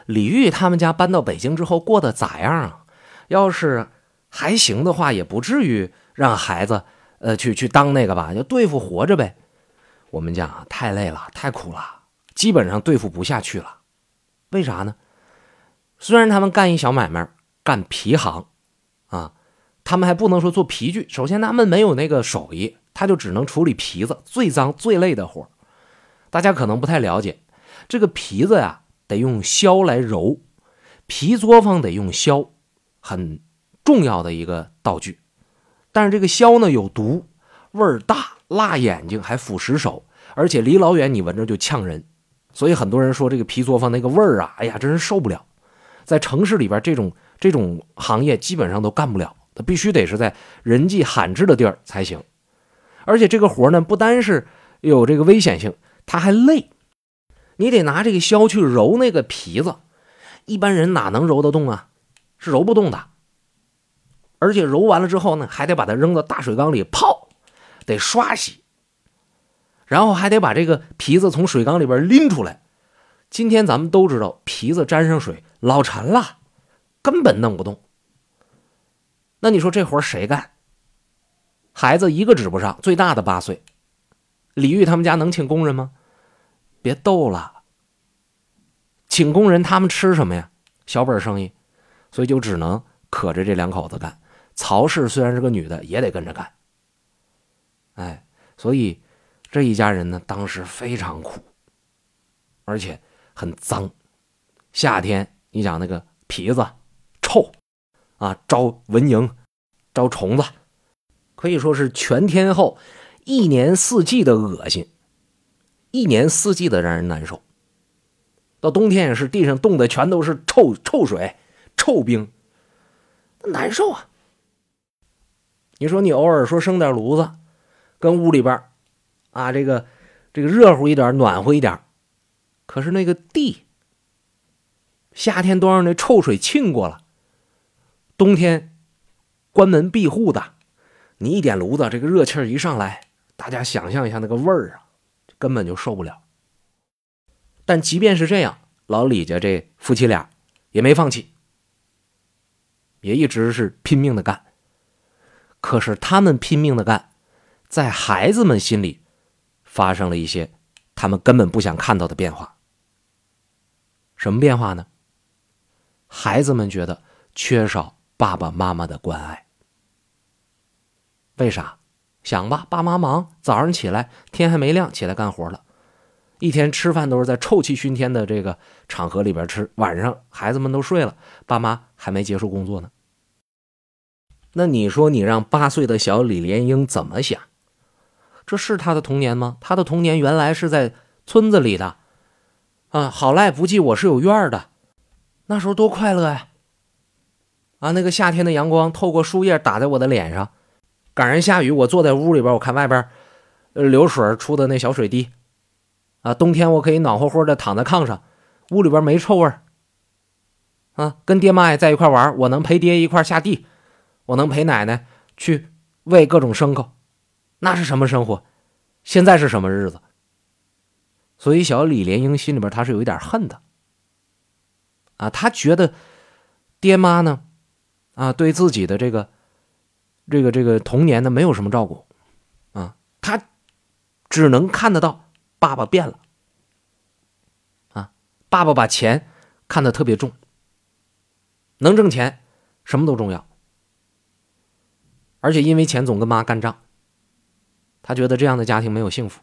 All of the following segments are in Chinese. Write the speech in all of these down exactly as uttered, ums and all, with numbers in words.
李煜他们家搬到北京之后过得咋样啊？要是还行的话，也不至于让孩子呃去去当那个吧，就对付活着呗。我们讲啊，太累了，太苦了，基本上对付不下去了。为啥呢？虽然他们干一小买卖，干皮行啊，他们还不能说做皮具，首先他们没有那个手艺，他就只能处理皮子，最脏最累的活。大家可能不太了解，这个皮子呀得用箫来揉，皮作坊得用箫，很重要的一个道具。但是这个箫呢有毒，味儿大，辣眼睛，还腐蚀手，而且离老远你闻着就呛人。所以很多人说这个皮作坊那个味儿啊，哎呀，真是受不了。在城市里边，这种这种行业基本上都干不了，它必须得是在人迹罕至的地儿才行。而且这个活呢，不单是有这个危险性，它还累。你得拿这个箫去揉那个皮子，一般人哪能揉得动啊？是揉不动的。而且揉完了之后呢，还得把它扔到大水缸里泡，得刷洗，然后还得把这个皮子从水缸里边拎出来。今天咱们都知道，皮子沾上水老沉了，根本弄不动。那你说这活谁干？孩子一个指不上，最大的八岁。李煜他们家能请工人吗？别逗了，请工人他们吃什么呀？小本生意，所以就只能可着这两口子干。曹氏虽然是个女的，也得跟着干。哎，所以这一家人呢，当时非常苦，而且很脏。夏天你讲那个皮子臭啊，招蚊蝇，招虫子，可以说是全天候一年四季的恶心，一年四季的让人难受。到冬天也是，地上冻的全都是臭臭水、臭冰，难受啊。你说你偶尔说生点炉子，跟屋里边啊，这个这个热乎一点，暖和一点，可是那个地，夏天都让那臭水浸过了，冬天关门闭户的，你一点炉子，这个热气一上来，大家想象一下那个味儿啊，根本就受不了。但即便是这样，老李家这夫妻俩也没放弃，也一直是拼命的干。可是他们拼命的干，在孩子们心里发生了一些他们根本不想看到的变化。什么变化呢？孩子们觉得缺少爸爸妈妈的关爱。为啥？想吧，爸妈忙，早上起来天还没亮起来干活了，一天吃饭都是在臭气熏天的这个场合里边吃，晚上孩子们都睡了，爸妈还没结束工作呢。那你说你让八岁的小李莲英怎么想？这是他的童年吗？他的童年原来是在村子里的啊，好赖不济我是有院的，那时候多快乐呀！啊，那个夏天的阳光透过树叶打在我的脸上，赶上下雨我坐在屋里边，我看外边呃流水出的那小水滴啊，冬天我可以暖和和的躺在炕上，屋里边没臭味啊，跟爹妈也在一块玩，我能陪爹一块下地，我能陪奶奶去喂各种牲口，那是什么生活？现在是什么日子？所以小李莲英心里边他是有一点恨的啊，他觉得爹妈呢啊对自己的这个这个这个童年呢没有什么照顾啊，他只能看得到爸爸变了啊，爸爸把钱看得特别重，能挣钱什么都重要，而且因为钱总跟妈干仗，他觉得这样的家庭没有幸福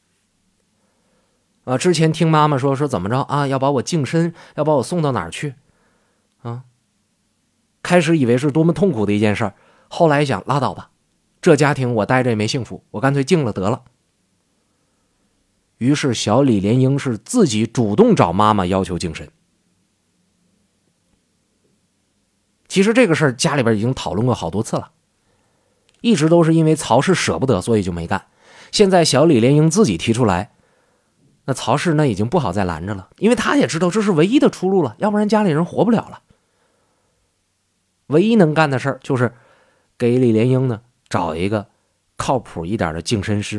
啊。之前听妈妈说说怎么着啊，要把我净身，要把我送到哪儿去啊？开始以为是多么痛苦的一件事，后来想拉倒吧，这家庭我待着也没幸福，我干脆净了得了。于是小李莲英是自己主动找妈妈要求净身。其实这个事儿家里边已经讨论过好多次了，一直都是因为曹氏舍不得，所以就没干。现在小李莲英自己提出来，那曹氏那已经不好再拦着了，因为他也知道这是唯一的出路了，要不然家里人活不了了。唯一能干的事儿就是给李莲英呢找一个靠谱一点的净身师。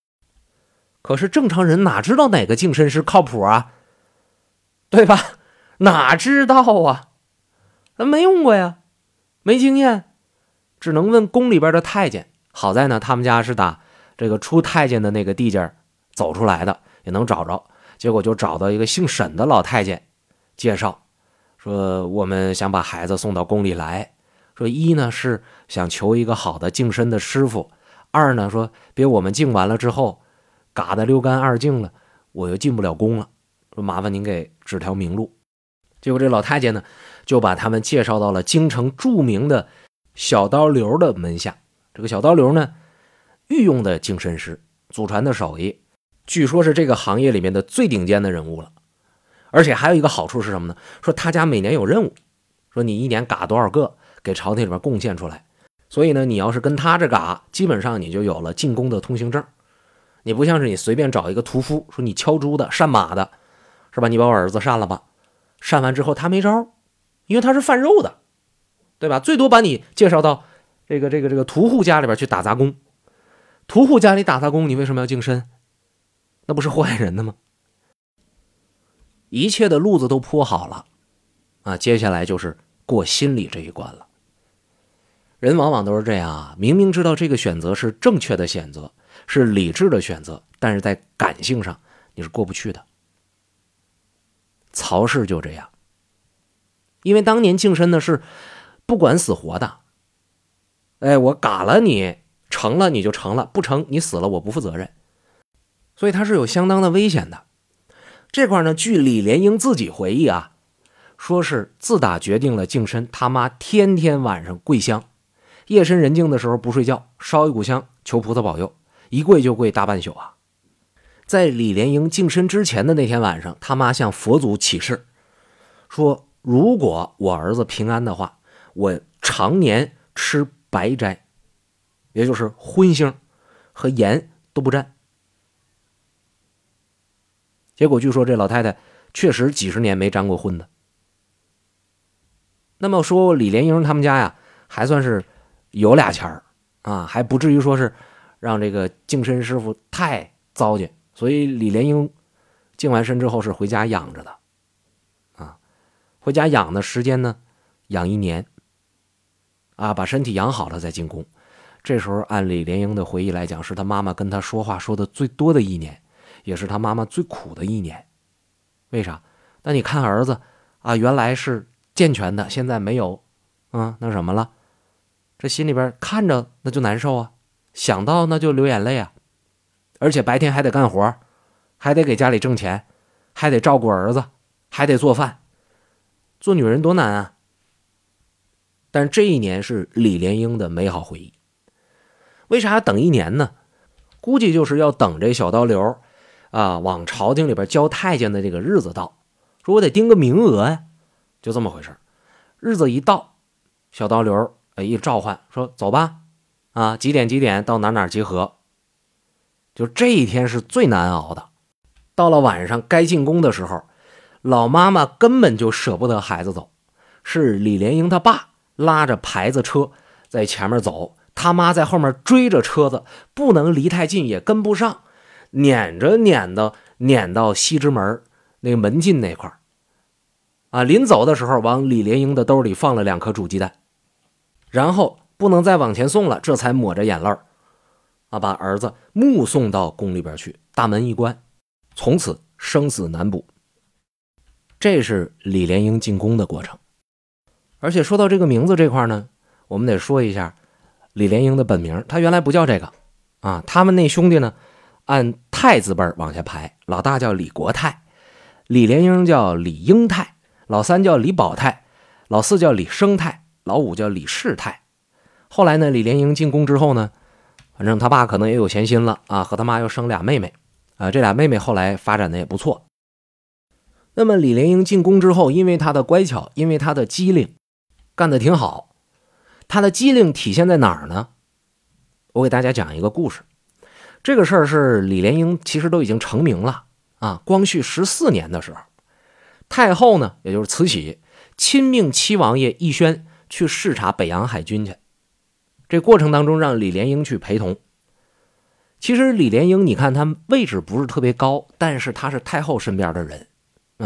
可是正常人哪知道哪个净身师靠谱啊，对吧？ 哪知道啊，没用过呀，没经验，只能问宫里边的太监。好在呢，他们家是打这个出太监的那个地界走出来的，也能找着。结果就找到一个姓沈的老太监，介绍说我们想把孩子送到宫里来，说一呢是想求一个好的净身的师傅，二呢说别我们净完了之后嘎得溜干二净了，我又进不了宫了，说麻烦您给指条明路。结果这老太监呢就把他们介绍到了京城著名的小刀流的门下。这个小刀流呢御用的净身师，祖传的手艺，据说是这个行业里面的最顶尖的人物了。而且还有一个好处是什么呢？说他家每年有任务，说你一年嘎多少个给朝廷里面贡献出来，所以呢你要是跟他这嘎，基本上你就有了进宫的通行证。你不像是你随便找一个屠夫，说你敲猪的善马的，是吧？你把我儿子善了吧，善完之后他没招，因为他是贩肉的，对吧？最多把你介绍到这个这个这个屠户家里边去打杂工。屠户家里打杂工，你为什么要净身？那不是祸害人的吗？一切的路子都铺好了啊，接下来就是过心理这一关了。人往往都是这样啊，明明知道这个选择是正确的选择，是理智的选择，但是在感性上你是过不去的。曹氏就这样，因为当年净身的是不管死活的，哎，我嘎了你，成了你就成了，不成你死了我不负责任，所以他是有相当的危险的。这块呢，据李莲英自己回忆啊，说是自打决定了净身，他妈天天晚上跪香，夜深人静的时候不睡觉，烧一股香求菩萨保佑，一跪就跪大半宿啊。在李莲英净身之前的那天晚上，他妈向佛祖起誓，说如果我儿子平安的话，我常年吃白斋，也就是荤腥和盐都不沾。结果据说这老太太确实几十年没沾过荤的。那么说李莲英他们家呀还算是有俩钱儿啊，还不至于说是让这个净身师傅太糟践，所以李莲英净完身之后是回家养着的啊，回家养的时间呢养一年啊，把身体养好了再进宫。这时候按李莲英的回忆来讲，是他妈妈跟他说话说的最多的一年，也是他妈妈最苦的一年。为啥？那你看儿子啊，原来是健全的，现在没有啊，那什么了？这心里边看着那就难受啊，想到那就流眼泪啊。而且白天还得干活，还得给家里挣钱，还得照顾儿子，还得做饭，做女人多难啊。但这一年是李莲英的美好回忆。为啥要等一年呢？估计就是要等这小刀流啊往朝廷里边交太监的这个日子到，说我得定个名额呀，就这么回事。日子一到，小刀流哎一召唤说走吧，啊几点几点到哪哪集合。就这一天是最难熬的。到了晚上该进宫的时候，老妈妈根本就舍不得孩子走，是李莲英他爸拉着牌子车在前面走，他妈在后面追着车子，不能离太近也跟不上，撵着撵到撵到西直门那个门禁那块啊，临走的时候往李莲英的兜里放了两颗煮鸡蛋，然后不能再往前送了，这才抹着眼泪啊，把儿子目送到宫里边去，大门一关，从此生死难卜。这是李莲英进宫的过程。而且说到这个名字这块呢，我们得说一下李莲英的本名，他原来不叫这个啊。他们那兄弟呢按太字辈往下排，老大叫李国泰，李莲英叫李英泰，老三叫李宝泰，老四叫李生泰，老五叫李世泰。后来呢，李莲英进宫之后呢，反正他爸可能也有闲心了啊，和他妈又生俩妹妹啊，这俩妹妹后来发展的也不错。那么李莲英进宫之后，因为他的乖巧，因为他的机灵，干得挺好。他的机灵体现在哪儿呢？我给大家讲一个故事。这个事儿是李莲英其实都已经成名了啊。光绪十四年的时候，太后呢，也就是慈禧，亲命七王爷奕轩去视察北洋海军去。这过程当中让李莲英去陪同。其实李莲英你看他位置不是特别高，但是他是太后身边的人啊，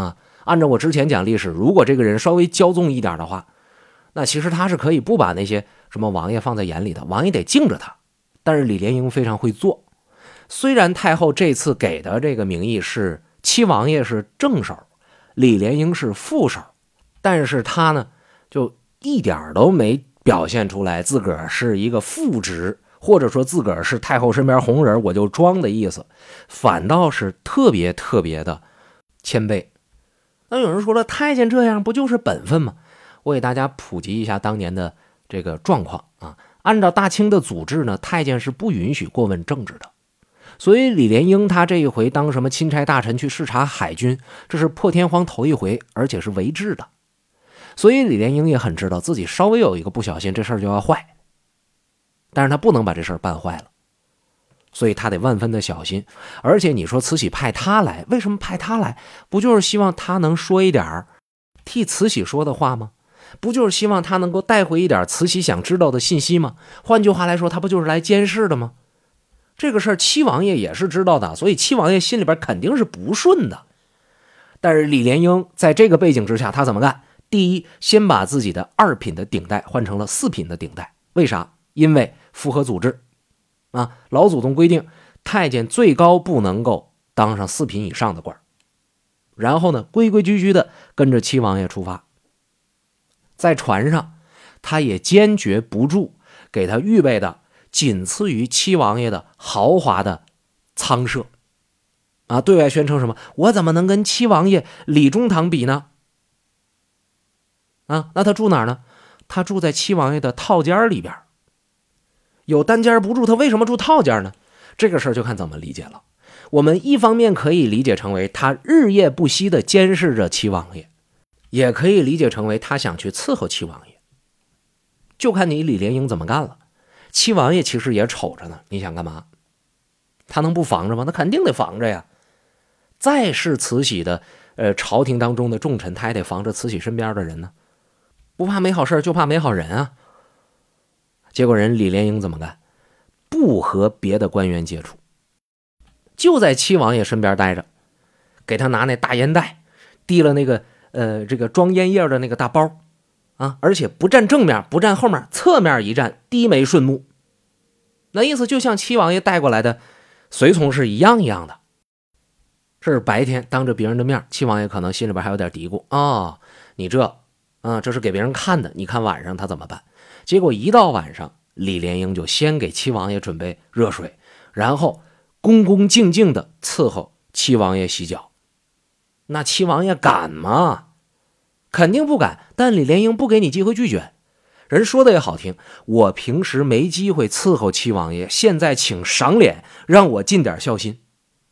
按照我之前讲历史，如果这个人稍微骄纵一点的话，那其实他是可以不把那些什么王爷放在眼里的，王爷得敬着他。但是李莲英非常会做，虽然太后这次给的这个名义是七王爷是正手，李莲英是副手，但是他呢就一点都没表现出来自个儿是一个副职，或者说自个儿是太后身边红人我就装的意思，反倒是特别特别的谦卑。那有人说了，太监这样不就是本分吗？我给大家普及一下当年的这个状况啊。按照大清的祖制呢，太监是不允许过问政治的，所以李莲英他这一回当什么钦差大臣去视察海军，这是破天荒头一回，而且是违制的。所以李莲英也很知道自己稍微有一个不小心，这事儿就要坏，但是他不能把这事儿办坏了，所以他得万分的小心。而且你说慈禧派他来，为什么派他来？不就是希望他能说一点替慈禧说的话吗？不就是希望他能够带回一点慈禧想知道的信息吗？换句话来说，他不就是来监视的吗？这个事儿七王爷也是知道的，所以七王爷心里边肯定是不顺的。但是李莲英在这个背景之下，他怎么干？第一，先把自己的二品的顶戴换成了四品的顶戴。为啥？因为符合祖制啊，老祖宗规定太监最高不能够当上四品以上的官。然后呢，规规矩矩的跟着七王爷出发。在船上，他也坚决不住给他预备的仅次于七王爷的豪华的舱舍啊，对外宣称什么？我怎么能跟七王爷李中堂比呢？啊，那他住哪儿呢？他住在七王爷的套间里边，有单间不住，他为什么住套间呢？这个事儿就看怎么理解了。我们一方面可以理解成为他日夜不息地监视着七王爷，也可以理解成为他想去伺候七王爷，就看你李莲英怎么干了。七王爷其实也瞅着呢，你想干嘛？他能不防着吗？那肯定得防着呀。再是慈禧的呃朝廷当中的重臣，他也得防着慈禧身边的人呢。不怕没好事就怕没好人啊。结果人李莲英怎么干？不和别的官员接触，就在七王爷身边待着，给他拿那大烟袋，递了那个呃这个装烟叶的那个大包啊，而且不站正面，不站后面，侧面一站，低眉顺目。那意思就像七王爷带过来的随从是一样一样的。这是白天当着别人的面，七王爷可能心里边还有点嘀咕啊、哦，你这啊，这是给别人看的，你看晚上他怎么办？结果一到晚上，李莲英就先给七王爷准备热水，然后恭恭敬敬的伺候七王爷洗脚。那七王爷敢吗？肯定不敢。但李莲英不给你机会拒绝，人说的也好听，我平时没机会伺候七王爷，现在请赏脸，让我尽点孝心，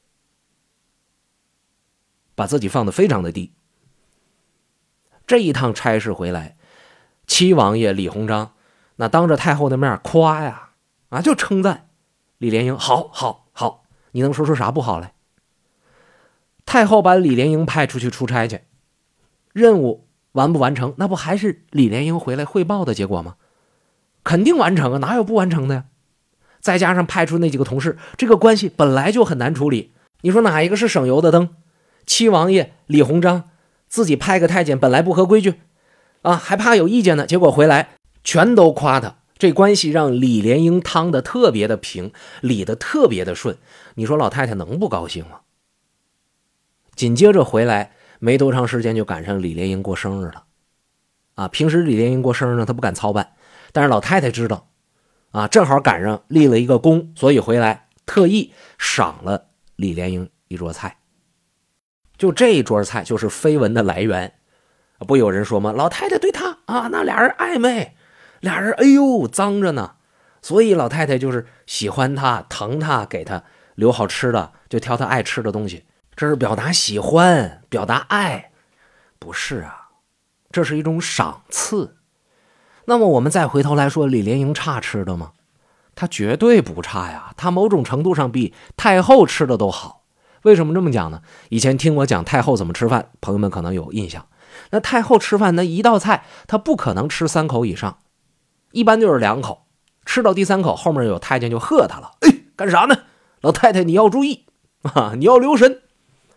把自己放得非常的低。这一趟差事回来，七王爷李鸿章那当着太后的面夸呀，啊就称赞李莲英，好好好，你能说出啥不好来？太后把李莲英派出去出差去，任务完不完成，那不还是李莲英回来汇报的结果吗？肯定完成啊，哪有不完成的呀？再加上派出那几个同事，这个关系本来就很难处理，你说哪一个是省油的灯？七王爷李鸿章自己派个太监，本来不合规矩啊，还怕有意见呢，结果回来全都夸他，这关系让李莲英趟得特别的平，理得特别的顺，你说老太太能不高兴吗？紧接着回来没多长时间就赶上李莲英过生日了啊！平时李莲英过生日呢，他不敢操办，但是老太太知道啊，正好赶上立了一个功，所以回来特意赏了李莲英一桌菜。就这一桌菜就是绯闻的来源，不有人说吗？老太太对他啊，那俩人暧昧，俩人哎呦脏着呢，所以老太太就是喜欢他，疼他，给他留好吃的，就挑他爱吃的东西。这是表达喜欢，表达爱，不是啊，这是一种赏赐。那么我们再回头来说，李莲英差吃的吗？她绝对不差呀，她某种程度上比太后吃的都好。为什么这么讲呢？以前听我讲太后怎么吃饭，朋友们可能有印象。那太后吃饭，那一道菜她不可能吃三口以上，一般就是两口，吃到第三口，后面有太监就喝她了，哎，干啥呢？老太太你要注意啊，你要留神。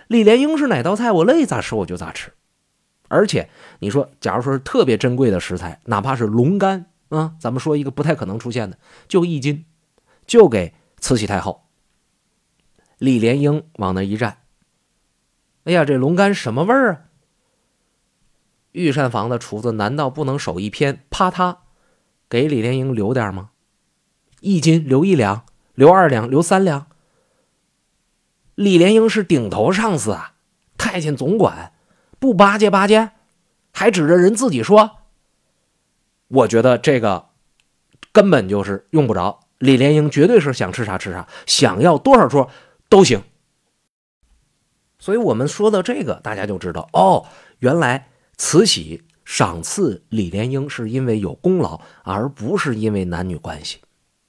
李莲英是哪道菜，我乐意咋吃我就咋吃。而且你说假如说是特别珍贵的食材，哪怕是龙肝啊，咱们说一个不太可能出现的，就一斤，就给慈禧太后。李莲英往那一站，哎呀，这龙肝什么味儿啊？御膳房的厨子难道不能手一偏，啪嗒给李莲英留点吗？一斤留一两，留二两，留三两。李莲英是顶头上司啊，太监总管，不巴结巴结，还指着人自己说。我觉得这个根本就是用不着，李莲英绝对是想吃啥吃啥，想要多少桌都行。所以我们说到这个，大家就知道，哦，原来慈禧赏赐李莲英是因为有功劳，而不是因为男女关系。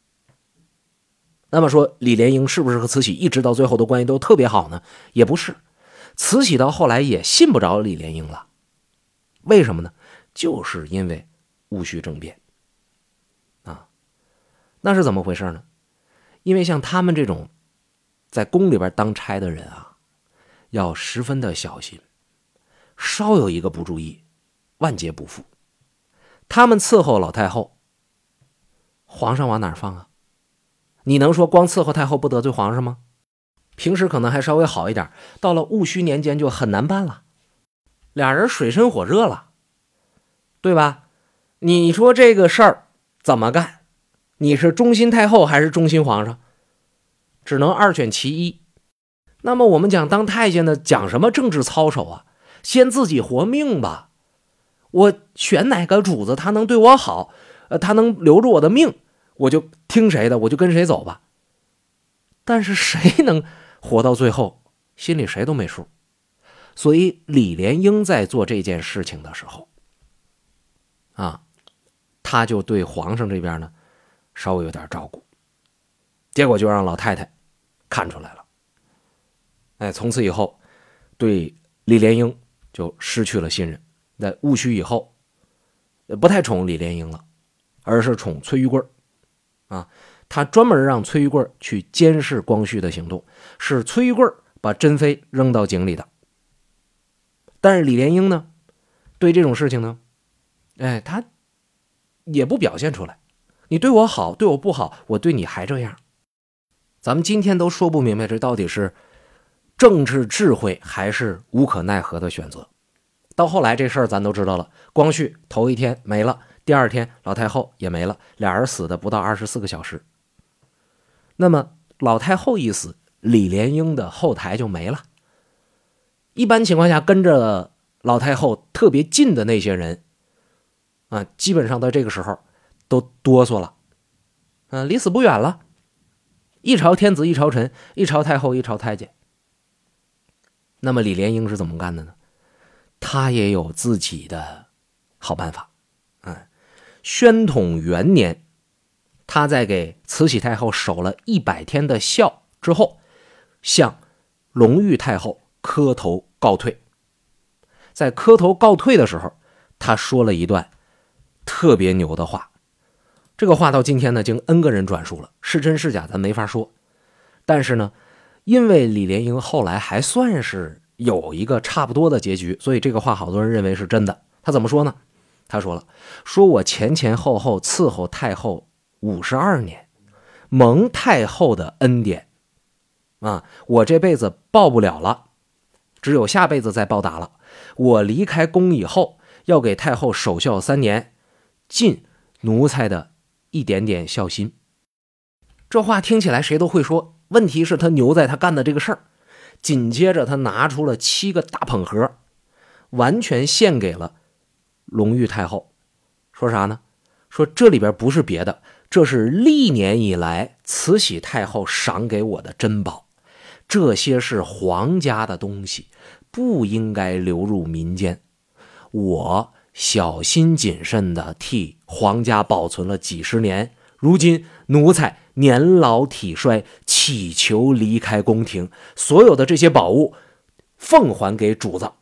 那么说李莲英是不是和慈禧一直到最后的关系都特别好呢？也不是，慈禧到后来也信不着李莲英了。为什么呢？就是因为戊戌政变啊。那是怎么回事呢？因为像他们这种在宫里边当差的人啊，要十分的小心，稍有一个不注意，万劫不复。他们伺候老太后，皇上往哪儿放啊？你能说光伺候太后不得罪皇上吗？平时可能还稍微好一点，到了戊戌年间就很难办了，俩人水深火热了，对吧？你说这个事儿怎么干？你是忠心太后还是忠心皇上？只能二选其一。那么我们讲当太监的讲什么政治操守啊？先自己活命吧。我选哪个主子他能对我好，呃，他能留住我的命，我就听谁的，我就跟谁走吧。但是谁能活到最后，心里谁都没数。所以李莲英在做这件事情的时候啊，他就对皇上这边呢稍微有点照顾，结果就让老太太看出来了。哎，从此以后对李莲英就失去了信任。在戊戌以后不太宠李莲英了，而是宠崔玉贵啊。他专门让崔玉贵去监视光绪的行动，是崔玉贵把珍妃扔到井里的。但是李莲英呢，对这种事情呢，哎，他也不表现出来。你对我好，对我不好，我对你还这样。咱们今天都说不明白，这到底是政治智慧还是无可奈何的选择。到后来这事儿咱都知道了，光绪头一天没了，第二天老太后也没了，俩人死的不到二十四个小时。那么老太后一死，李莲英的后台就没了。一般情况下跟着老太后特别近的那些人啊，基本上到这个时候都哆嗦了，啊，离死不远了。一朝天子一朝臣，一朝太后一朝太监。那么李莲英是怎么干的呢？他也有自己的好办法。嗯，宣统元年，他在给慈禧太后守了一百天的孝之后，向隆裕太后磕头告退。在磕头告退的时候，他说了一段特别牛的话。这个话到今天呢，经 N 个人转述了，是真是假咱没法说。但是呢，因为李莲英后来还算是有一个差不多的结局，所以这个话好多人认为是真的。他怎么说呢？他说了，说我前前后后伺候太后五十二年，蒙太后的恩典啊，我这辈子报不了了，只有下辈子再报答了。我离开宫以后，要给太后守孝三年，尽奴才的一点点孝心。这话听起来谁都会说，问题是他牛在他干的这个事儿。紧接着他拿出了七个大捧盒，完全献给了隆裕太后。说啥呢？说这里边不是别的，这是历年以来慈禧太后赏给我的珍宝，这些是皇家的东西，不应该流入民间。我小心谨慎地替皇家保存了几十年，如今奴才年老体衰，祈求离开宫廷，所有的这些宝物奉还给主子。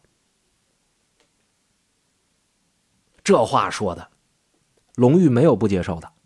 这话说的隆裕没有不接受的，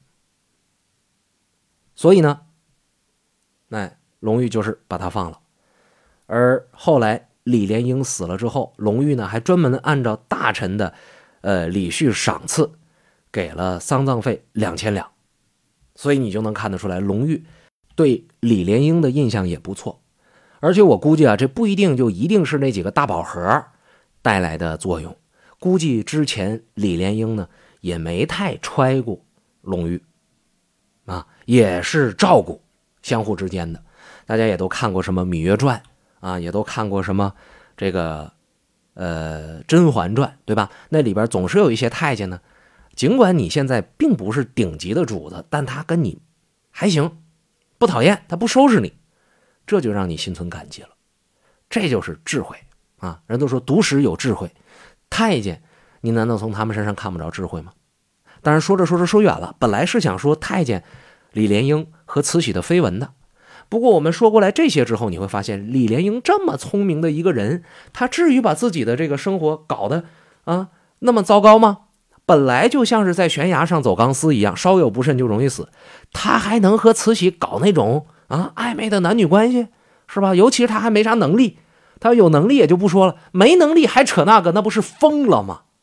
所以呢，那隆裕就是把他放了。而后来李莲英死了之后，隆裕呢还专门按照大臣的呃礼序赏赐，给了丧葬费两千两。所以你就能看得出来，隆裕对李莲英的印象也不错。而且我估计啊，这不一定就一定是那几个大宝盒带来的作用，估计之前李莲英呢也没太揣过隆裕啊，也是照顾相互之间的。大家也都看过什么《芈月传》啊，也都看过什么这个呃《甄嬛传》，对吧？那里边总是有一些太监呢，尽管你现在并不是顶级的主子，但他跟你还行，不讨厌，他不收拾你，这就让你心存感激了。这就是智慧啊！人都说读史有智慧，太监你难道从他们身上看不着智慧吗？当然说着说着说远了，本来是想说太监李莲英和慈禧的绯闻的。不过我们说过来这些之后，你会发现李莲英这么聪明的一个人，他至于把自己的这个生活搞得啊那么糟糕吗？本来就像是在悬崖上走钢丝一样，稍有不慎就容易死，他还能和慈禧搞那种啊暧昧的男女关系，是吧？尤其是他还没啥能力，他有能力也就不说了，没能力还扯那个，那不是疯了吗？